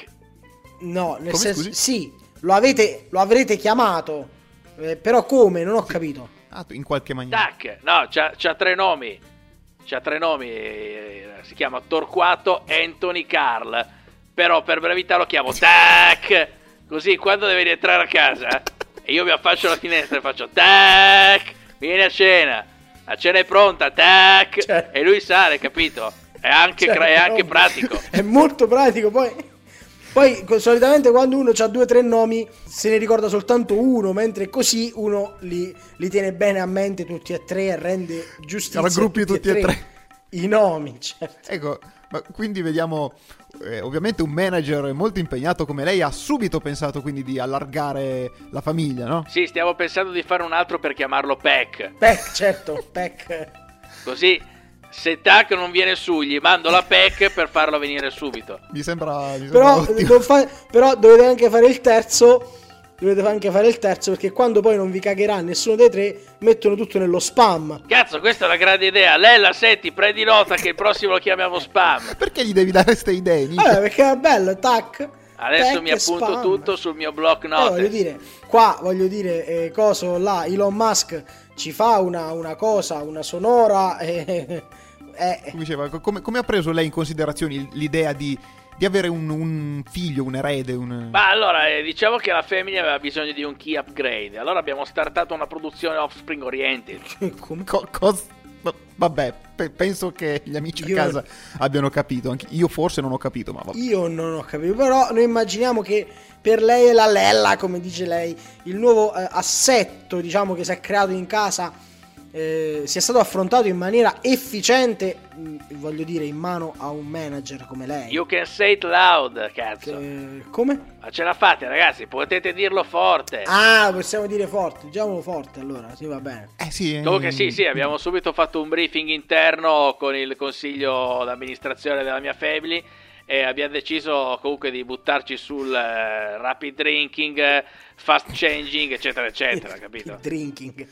No, nel Come, senso, scusi? sì, lo avete, lo avrete chiamato, eh, però come? Non ho capito. Ah, in qualche maniera. Tac. No, c'ha, c'ha tre nomi. C'ha tre nomi. eh, Si chiama Torquato Anthony Carl. Però per brevità lo chiamo Tac. Così quando deve rientrare a casa e io mi affaccio alla finestra e faccio Tac. Vieni a cena. La cena è pronta. Tac. Cioè. E lui sale, capito? È anche, Cioè, cra- è anche no, pratico. È molto pratico, poi... Poi co- solitamente quando uno ha due o tre nomi se ne ricorda soltanto uno, mentre così uno li, li tiene bene a mente tutti e tre e rende giustizia Raggruppi a tutti e tre. i nomi, certo. Ecco, ma quindi vediamo, eh, ovviamente un manager molto impegnato come lei ha subito pensato quindi di allargare la famiglia, no? Sì, stiamo pensando di fare un altro per chiamarlo Peck. Peck, certo, Peck. Così se Tac non viene su, gli mando la Peck per farlo venire subito. Mi sembra, mi sembra Però, ottimo. non fa- però dovete anche fare il terzo. Dovete anche fare il terzo, perché quando poi non vi cagherà nessuno dei tre, mettono tutto nello spam. Cazzo, questa è una grande idea. Lella, senti, prendi nota che il prossimo lo chiamiamo spam. Perché gli devi dare queste idee, Nick? Vabbè, perché è bello, tac. Adesso tac mi e appunto spam. tutto sul mio block Eh, voglio note. dire, qua voglio dire, eh, coso là, Elon Musk ci fa una, una cosa, una sonora. Eh, eh, Come diceva, come, come ha preso lei in considerazione l'idea di, di avere un, un figlio, un erede? Un... Ma allora, eh, diciamo che la femmina aveva bisogno di un key upgrade. Allora abbiamo startato una produzione Offspring Oriented. come? Co- cos- va- vabbè, pe- penso che gli amici Io- a casa abbiano capito. Anche io forse non ho capito, ma vabbè. Io non ho capito, però noi immaginiamo che per lei è la Lella, come dice lei, il nuovo eh, assetto, diciamo, che si è creato in casa eh, sia stato affrontato in maniera efficiente, mh, voglio dire, in mano a un manager come lei. You can say it loud, cazzo. Eh, come? Ma ce la fate, ragazzi, potete dirlo forte. Ah, possiamo dire forte, diciamolo forte allora, sì, va bene. Eh sì, eh, Comunque sì, sì, abbiamo subito fatto un briefing interno con il consiglio d'amministrazione della mia family e abbiamo deciso comunque di buttarci sul eh, rapid drinking, eh, fast changing, eccetera, eccetera, capito? Il drinking.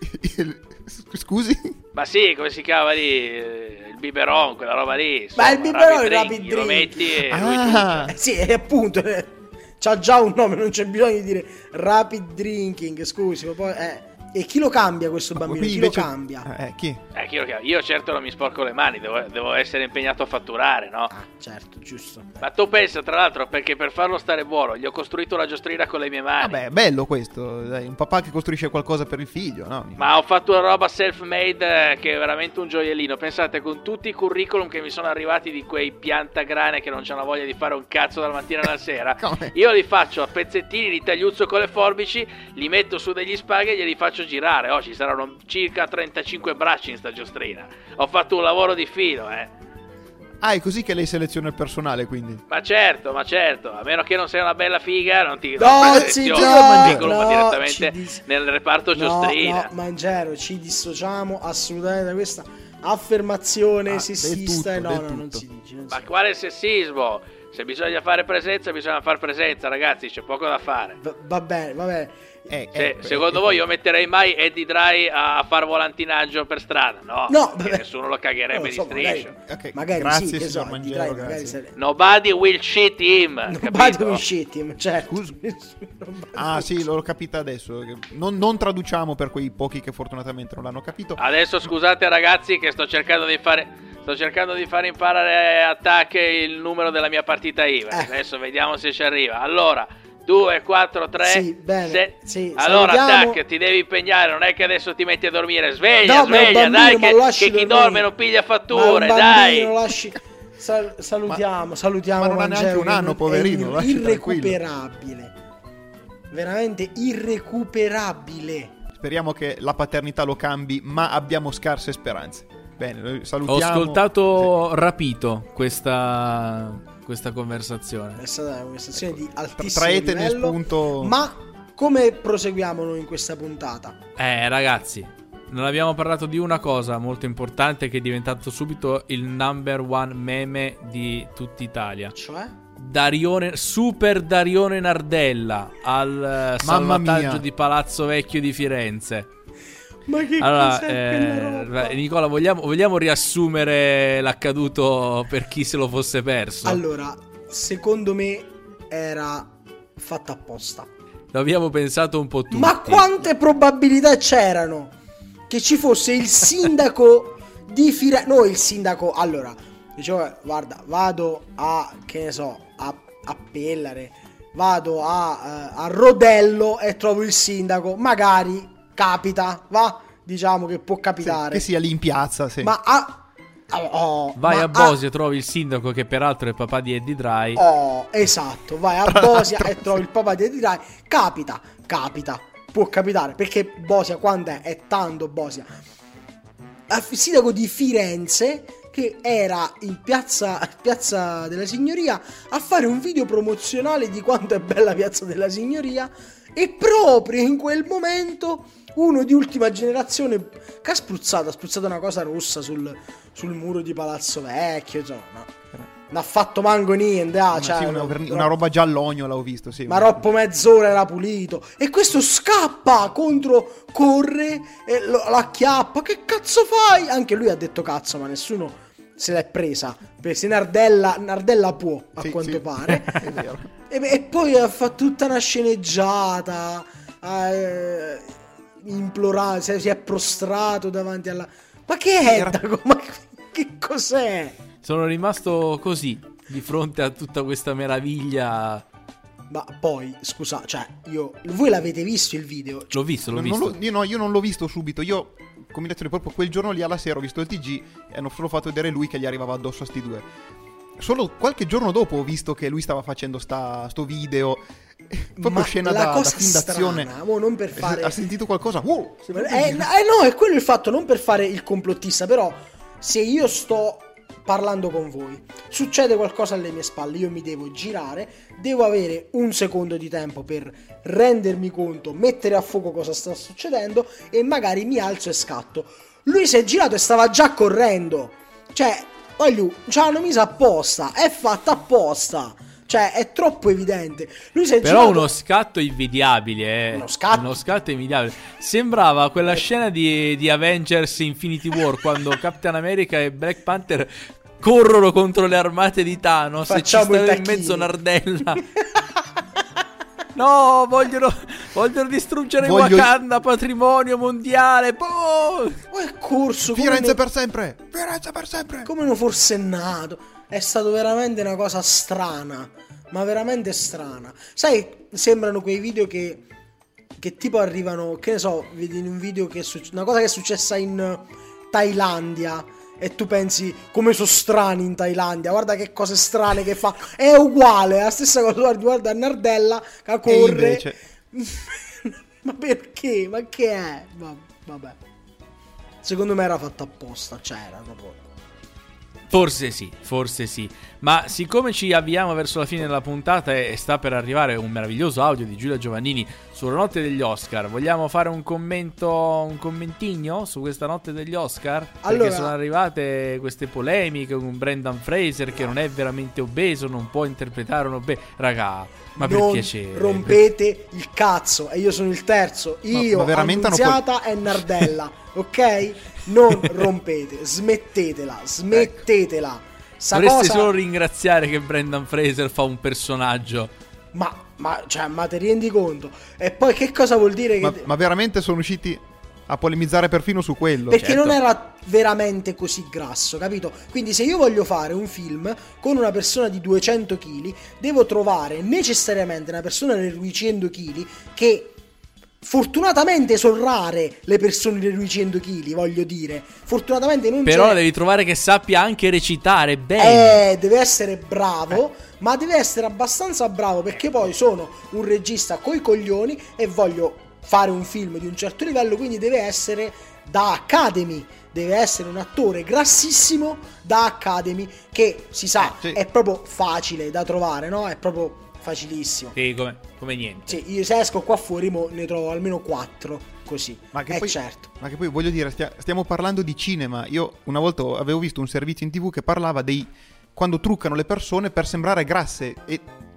il- Scusi? Ma sì, come si chiama lì? eh, Il biberon, quella roba lì. Ma il insomma, biberon è il rapid rapid drink, lo drink. metti e lui Ah, Eh, sì, e appunto, eh, c'ha già un nome, non c'è bisogno di dire rapid drinking, scusi, ma poi... Eh. E chi lo cambia questo bambino? qui Chi invece- lo cambia? Eh, chi? Eh, io, io certo non mi sporco le mani, devo, devo essere impegnato a fatturare, no? Ah, certo, giusto. Ma tu pensa, tra l'altro, perché per farlo stare buono gli ho costruito la giostrina con le mie mani. Vabbè, bello questo, dai, un papà che costruisce qualcosa per il figlio, no? Ma ho fatto una roba self-made eh, che è veramente un gioiellino. Pensate, con tutti i curriculum che mi sono arrivati di quei piantagrane che non c'hanno voglia di fare un cazzo dalla mattina alla sera, Come? io li faccio a pezzettini, li tagliuzzo con le forbici, li metto su degli spaghi e glieli faccio girare. Oh, ci saranno circa trentacinque bracci in sta giostrina. Ho fatto un lavoro di filo, eh. Ah, è così che lei seleziona il personale, quindi. Ma certo, ma certo, a meno che non sei una bella figa, non ti No, non ti ci selezioni no, il curriculum, ma no, direttamente ci dis- nel reparto No, giostrina. no, Mangero, ci dissociamo assolutamente da questa affermazione Ah, del sessista. tutto, no, del no, non tutto. si dice. Non Ma si quale sessismo? Se bisogna fare presenza, bisogna fare presenza, ragazzi, c'è poco da fare. Va, va bene, va bene. Eh, Se, eh, secondo eh, voi io metterei mai Eddie Dry a, a far volantinaggio per strada? No, No, perché vabbè. nessuno lo cagherebbe Non lo so, di striscio. Ok, Magari grazie, sì, che signor so, Mangero, Dry, grazie. magari se- Nobody will shit him, Nobody capito? will shit him, certo. Scusa. Ah sì, l'ho capita adesso. Non, non traduciamo per quei pochi che fortunatamente non l'hanno capito. Adesso scusate ragazzi che sto cercando di fare sto cercando di fare imparare a Tac il numero della mia partita I V A. Eh. Adesso vediamo se ci arriva. Allora, due, quattro, tre, Sì, bene, se- sì, allora salutiamo. Tac, ti devi impegnare, non è che adesso ti metti a dormire. Sveglia, No, ma è un sveglia, bambino, dai ma che, lo lasci che chi dormire. dorme non piglia Ma è fatture, un dai. bambino, lasci... Sal- salutiamo, Ma- salutiamo ma non ha neanche Mangero, un che anno, non- poverino, è lasci irrecuperabile. Veramente irrecuperabile. Speriamo che la paternità lo cambi, ma abbiamo scarse speranze. Bene, noi salutiamo. Ho ascoltato rapito questa questa conversazione. È stata una conversazione di altissimo Sì. Traetene livello. spunto. Ma come proseguiamo noi in questa puntata? Eh ragazzi, non abbiamo parlato di una cosa molto importante che è diventato subito il number one meme di tutta Italia. Cioè? Darione, Super Darione Nardella al eh, Mamma salvataggio mia. di Palazzo Vecchio di Firenze. Ma che Allora, cos'è quella eh, roba? Nicola, vogliamo, vogliamo riassumere l'accaduto per chi se lo fosse perso? Allora, secondo me era fatta apposta. Lo abbiamo pensato un po' tutti. Ma quante probabilità c'erano che ci fosse il sindaco di Firenze? No, il sindaco. Allora, dicevo, guarda, vado a, che ne so, a, a Pellare, vado a, a Rodello e trovo il sindaco. Magari capita, va? Diciamo che può capitare. Che sia lì in piazza, sì. Ma a... oh, Vai ma a Bosia, trovi il sindaco che peraltro è papà di Eddie Dry. Oh, esatto, vai a Bosia e trovi il papà di Eddie Dry. Capita, capita, può capitare. Perché Bosia, quando è? È tanto Bosia. Il sindaco di Firenze, che era in piazza, piazza della Signoria a fare un video promozionale di quanto è bella Piazza della Signoria. E proprio in quel momento uno di ultima generazione che ha spruzzato, ha spruzzato una cosa rossa sul, sul muro di Palazzo Vecchio, insomma, no. Non ha fatto manco niente, ah, Una, cioè, sì, una, no, verni- no. una roba giallogno l'ho visto, sì. Ma roppo mezz'ora era pulito. E questo scappa contro, corre e lo, la acchiappa. Che cazzo fai? Anche lui ha detto cazzo, ma nessuno se l'è presa. Perché se Nardella, Nardella può, a Sì, quanto sì. pare. È vero. E, e poi ha fatto tutta una sceneggiata. Ha eh, implorato, si è, si è prostrato davanti alla... Ma che è? Era- Dago? Ma che, che cos'è? Sono rimasto così di fronte a tutta questa meraviglia. Ma poi, scusa, cioè, io... Voi l'avete visto il video? L'ho visto, l'ho Non visto. lo- io, no, io non l'ho visto subito. Io, combinazione proprio quel giorno lì alla sera, ho visto il T G e hanno solo fatto vedere lui che gli arrivava addosso a sti due. Solo qualche giorno dopo ho visto che lui stava facendo sta, sto video. Proprio Ma scena la da, cosa da film d'azione. strana, mo non per fare... Ha sentito qualcosa? Wow! Eh, eh, no, è quello il fatto, non per fare il complottista, però se io sto parlando con voi, succede qualcosa alle mie spalle, io mi devo girare, devo avere un secondo di tempo per rendermi conto, mettere a fuoco cosa sta succedendo e magari mi alzo e scatto. Lui si è girato e stava già correndo, cioè, voglio, ce l'hanno messa apposta, è fatta apposta. Cioè, è troppo evidente. Lui si è Però girato... uno scatto invidiabile, eh. Uno scatto? Uno scatto invidiabile. Sembrava quella scena di, di Avengers Infinity War quando Captain America e Black Panther corrono contro le armate di Thanos e ci Facciamo i stava in tacchini. mezzo Nardella. No, vogliono, vogliono distruggere Voglio- Wakanda, patrimonio mondiale. Boh! Oh, è corso come Firenze ne- per sempre! Firenze per sempre! come uno forsennato. È stato veramente una cosa strana, ma veramente strana. Sai, sembrano quei video che che tipo arrivano, che ne so, vedi in un video che è suc- una cosa che è successa in Thailandia e tu pensi come sono strani in Thailandia, guarda che cose strane che fa. È uguale, è la stessa cosa, guarda, guarda Nardella che E corre. invece... Ma perché? Ma che è? Va- vabbè. Secondo me era fatto apposta, c'era proprio. Forse sì, forse sì. Ma siccome ci avviamo verso la fine della puntata e sta per arrivare un meraviglioso audio di Giulia Giovannini sulla notte degli Oscar, vogliamo fare un commento, un commentigno su questa notte degli Oscar? Perché allora, sono arrivate queste polemiche con Brendan Fraser che non è veramente obeso, non può interpretare un obeso. Raga, ma per non piacere, rompete il cazzo. E io sono il terzo. Io, ma, ma veramente Annunziata e Nardella. Ok? Non rompete, smettetela, smettetela. Sta Dovreste cosa... solo ringraziare che Brendan Fraser fa un personaggio. Ma, ma, cioè, ma ti rendi conto? E poi che cosa vuol dire che... Ma, ma veramente sono usciti a polemizzare perfino su quello. Perché certo. non era veramente così grasso, capito? Quindi se io voglio fare un film con una persona di duecento chili, devo trovare necessariamente una persona di cento chili che... Fortunatamente sono rare le persone di duecento chili, voglio dire. Fortunatamente non Però c'è... devi trovare che sappia anche recitare bene. Eh, deve essere bravo, eh. ma deve essere abbastanza bravo, perché poi sono un regista coi coglioni e voglio fare un film di un certo livello, quindi deve essere da Academy. Deve essere un attore grassissimo da Academy, che si sa, sì. è proprio facile da trovare, no? È proprio... facilissimo. Sì, come, come niente. Sì, io se esco qua fuori mo ne trovo almeno quattro così. Ma che eh poi, certo. Ma che poi voglio dire, stia, stiamo parlando di cinema. Io una volta avevo visto un servizio in tivù che parlava dei quando truccano le persone per sembrare grasse, e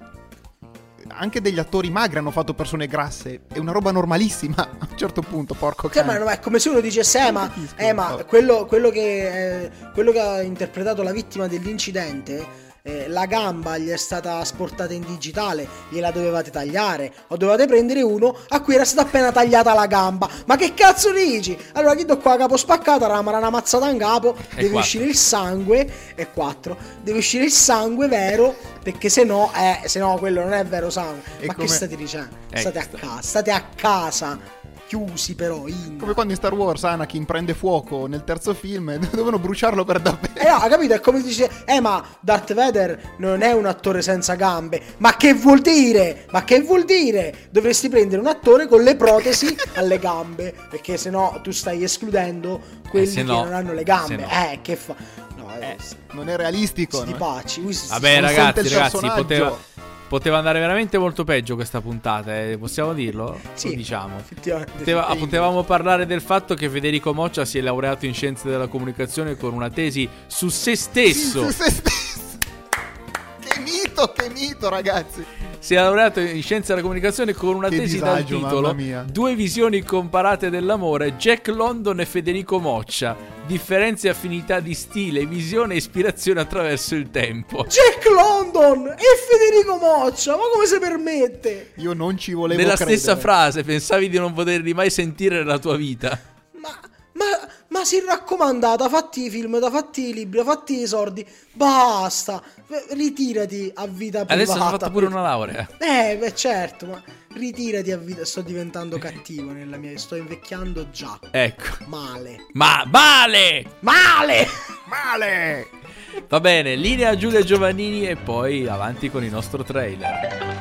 anche degli attori magri hanno fatto persone grasse. È una roba normalissima a un certo punto, porco Cioè, cane. ma è come se uno dicesse eh ma, capisco, eh, ma no. quello, quello, che, eh, quello che ha interpretato la vittima dell'incidente, eh, la gamba gli è stata asportata in digitale, gliela dovevate tagliare, o dovevate prendere uno a cui era stata appena tagliata la gamba. Ma che cazzo dici? Allora chi do qua capo spaccata, la una mazzata in capo, deve quattro. uscire il sangue, e quattro, deve uscire il sangue vero, perché se no, eh, se no quello non è vero sangue. E Ma come- che state dicendo? Ecco, State a sta- casa, state a casa, chiusi però, in... Come quando in Star Wars Anakin prende fuoco nel terzo film e dovevano bruciarlo per davvero. Eh no, ha capito? È come dice, eh ma Darth Vader non è un attore senza gambe. Ma che vuol dire? Ma che vuol dire? Dovresti prendere un attore con le protesi alle gambe, perché sennò tu stai escludendo quelli Eh, se che no- non hanno le se gambe. no. Eh, che fa? No, eh, Non è realistico. sti no? pacci. Ui, si- Vabbè, non ragazzi, sente il ragazzi, personaggio. poteva, poteva andare veramente molto peggio questa puntata, eh, possiamo dirlo? Sì, Lo diciamo. effettivamente. Poteva- sì. potevamo parlare del fatto che Federico Moccia si è laureato in scienze della comunicazione con una tesi su se stesso. Su se stesso. Che mito, che mito, ragazzi. Si è laureato in scienze della comunicazione con una Che tesi dal disagio, titolo mamma mia. Due visioni comparate dell'amore, Jack London e Federico Moccia. Differenze e affinità di stile, visione e ispirazione attraverso il tempo. Jack London e Federico Moccia, ma come si permette? Io non ci volevo Nella credere. stessa frase pensavi di non poterli mai sentire nella tua vita. Ma, ma, ma si è raccomandata, fatti i film, da fatti i libri, da fatti i sordi, basta, ritirati a vita privata. Adesso hanno fatto pure una laurea. Eh, beh certo, ma ritirati a vita, sto diventando cattivo nella mia, sto invecchiando già, Ecco. male, Ma male! male! Male! Va bene, linea Giulia Giovannini e poi avanti con il nostro trailer.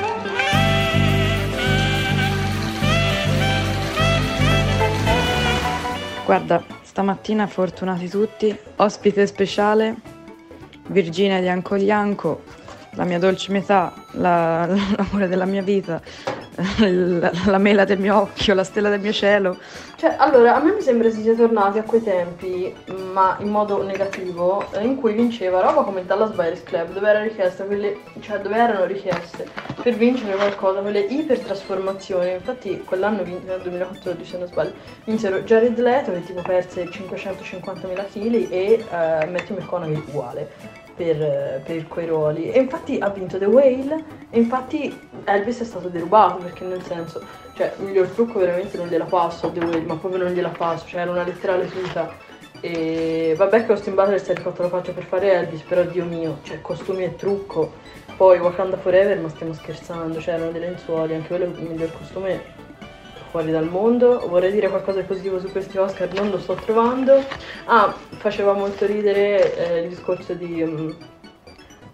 Guarda, stamattina fortunati tutti, ospite speciale, Virginia di Ancoglianco, la mia dolce metà, la- l'amore della mia vita, la, la mela del mio occhio, la stella del mio cielo. Cioè, allora, a me mi sembra si sia tornati a quei tempi, ma in modo negativo, eh, in cui vinceva roba come il Dallas Buyers Club, dove era richiesta quelle, cioè dove erano richieste per vincere qualcosa, quelle ipertrasformazioni. Infatti quell'anno, vin- nel duemilaquattordici se non sbaglio, vinsero Jared Leto che tipo perse cinquecentocinquantamila chili e eh, Matthew McConaughey uguale. Per, eh, per quei ruoli, e infatti ha vinto The Whale, e infatti Elvis è stato derubato, perché nel senso, cioè miglior trucco veramente non gliela passo a The Whale, ma proprio non gliela passo, cioè era una letterale tuta. E vabbè che Austin Butler si è rifatto la faccia per fare Elvis, però Dio mio, cioè costumi e trucco. Poi Wakanda Forever, ma stiamo scherzando, cioè erano delle lenzuolie, anche quello è il miglior costume fuori dal mondo. Vorrei dire qualcosa di positivo su questi Oscar, non lo sto trovando. Ah, faceva molto ridere eh, il discorso di, um,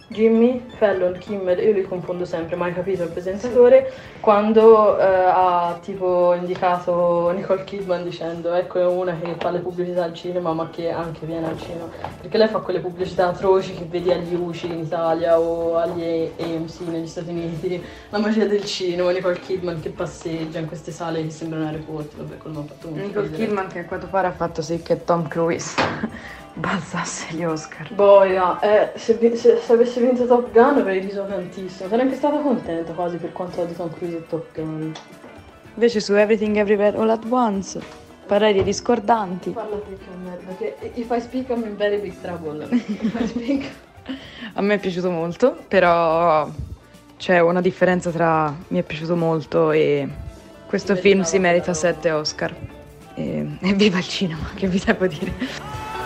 Jimmy Fallon, Kimmel, io li confondo sempre, mai capito il presentatore, quando eh, ha tipo indicato Nicole Kidman dicendo ecco è una che fa le pubblicità al cinema ma che anche viene al cinema, perché lei fa quelle pubblicità atroci che vedi agli U C I in Italia o agli A M C negli Stati Uniti, la magia del cinema, Nicole Kidman che passeggia in queste sale che sembrano aeroporti, vabbè quello mi ha fatto molto Nicole ridere. Kidman che a quanto pare ha fatto sì che Tom Cruise balzasse gli Oscar. Boia, eh, se, vi- se, se avesse vinto Top Gun avrei riso tantissimo, sarei anche stata contenta quasi per quanto ho di Tom Cruise e Top Gun. Invece su Everything Everywhere All at Once, pareri discordanti. Parla più che merda, perché if I speak I'm in very big trouble. If I speak... A me è piaciuto molto, però c'è una differenza tra mi è piaciuto molto e questo Si film meritava si merita quella roba. sette Oscar. E, e viva il cinema, che vi devo dire.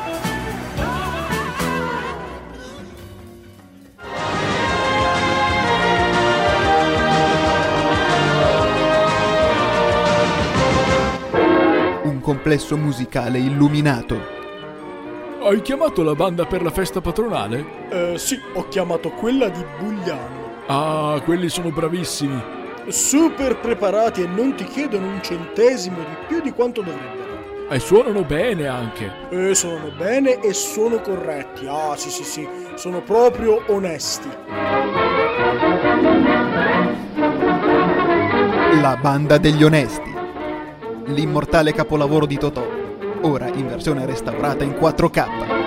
Un complesso musicale illuminato. Hai chiamato la banda per la festa patronale? Eh, sì, ho chiamato quella di Bugliano. Ah, quelli sono bravissimi. Super preparati e non ti chiedono un centesimo di più di quanto dovrebbero. E suonano bene anche. E suonano bene e sono corretti. Ah, sì, sì, sì, sono proprio onesti. La banda degli onesti. L'immortale capolavoro di Totò, ora in versione restaurata in quattro K.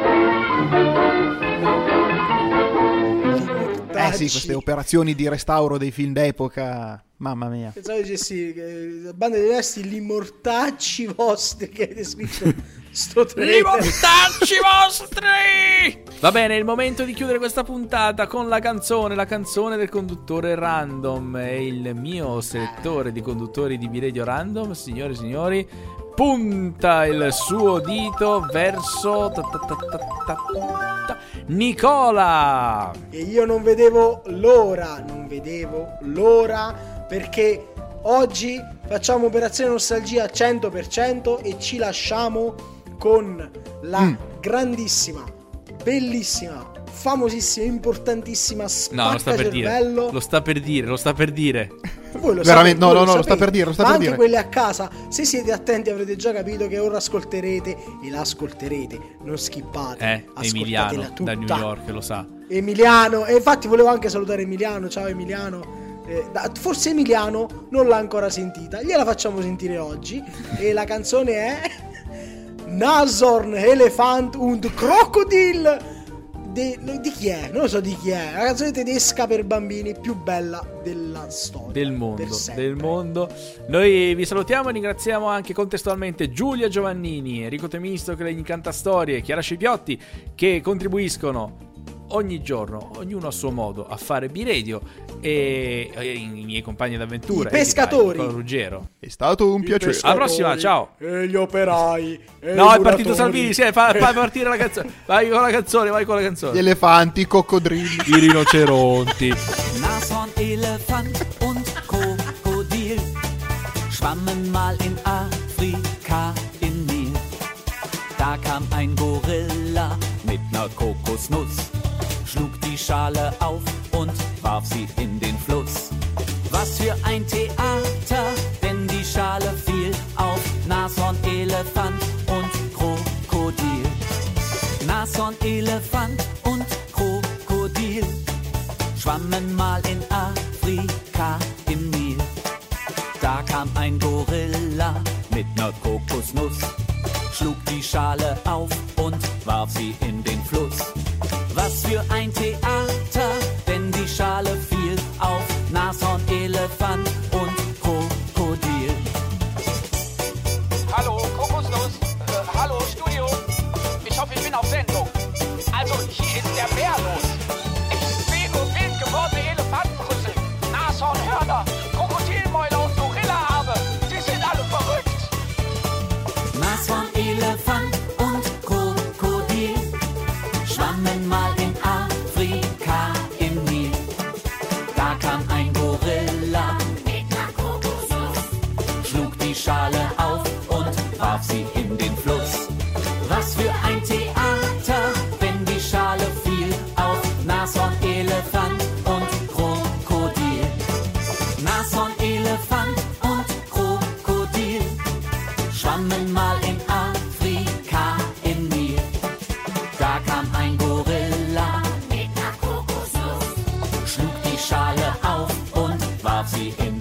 Eh sì, queste operazioni di restauro dei film d'epoca, mamma mia. Pensavo dicessi che la banda degli onesti, gli mortacci vostri che avete scritto sto trailer. I mortacci vostri! Va bene, è il momento di chiudere questa puntata con la canzone, la canzone del conduttore random. È il mio selettore di conduttori di B-Radio Random, signore e signori. Punta il suo dito verso ta ta ta ta ta ta. Nicola! E io non vedevo l'ora, non vedevo l'ora perché oggi facciamo operazione nostalgia cento per cento e ci lasciamo con la Mm. grandissima, bellissima, famosissima, importantissima No, lo sta per dire. spaccacervello. Lo sta per dire, lo sta per dire. Voi lo Veramente, sapete, no, voi no, lo no, lo sta sapete. per dire, lo sta Ma per anche dire. quelli a casa, se siete attenti avrete già capito che ora ascolterete e la ascolterete, non skippate, Eh, ascoltatela Emiliano tutta. da New York lo sa. Emiliano, e infatti volevo anche salutare Emiliano, ciao Emiliano. Eh, da- forse Emiliano non l'ha ancora sentita, gliela facciamo sentire oggi. E la canzone è Nashorn, Elephant und Krokodil. De- di chi è? Non lo so di chi è. La canzone tedesca per bambini più bella della storia. Del per mondo, sempre. del mondo. Noi vi salutiamo e ringraziamo anche contestualmente Giulia Giovannini, Enrico Temisto che le incanta storie, Chiara Scipiotti che contribuiscono ogni giorno, ognuno a suo modo, a fare B-Radio e, e i miei compagni d'avventura. I pescatori. Con Ruggero. È stato un I piacere. pescatori Alla prossima, ciao. E gli operai. E No, i è partito muratori. Salvini, sì, fa, fa partire la canzone. Vai con la canzone, vai con la Gli canzone. elefanti, i coccodrilli. I rinoceronti. Nashorn, Elefant und Krokodil schwammen mal in Afrika in Nil. Da kam ein Gorilla mit ner Kokosnuss, schlug die Schale auf und warf sie in den Fluss. Was für ein Theater, denn die Schale fiel auf Nashorn, Elefant und Krokodil. Nashorn, Elefant und Krokodil schwammen mal in Afrika im Nil. Da kam ein Gorilla mit ner Kokosnuss, schlug die Schale auf und warf sie in den Fluss. Was für ein Theater, denn die Schale fiel auf Nashorn, Elefant und Krokodil. Hallo, Kokosnuss. Äh, hallo, Studio. Ich hoffe, ich bin auf Sendung. Also, hier ist der Bärlos. Ich sehe nur wild gewordene Elefantenrüssel, Nashornhörner, Krokodilmäuler und Gorillaarme. Die sind alle verrückt. Nashorn, Elefant und Krokodil schwammen mal in Afrika warf sie in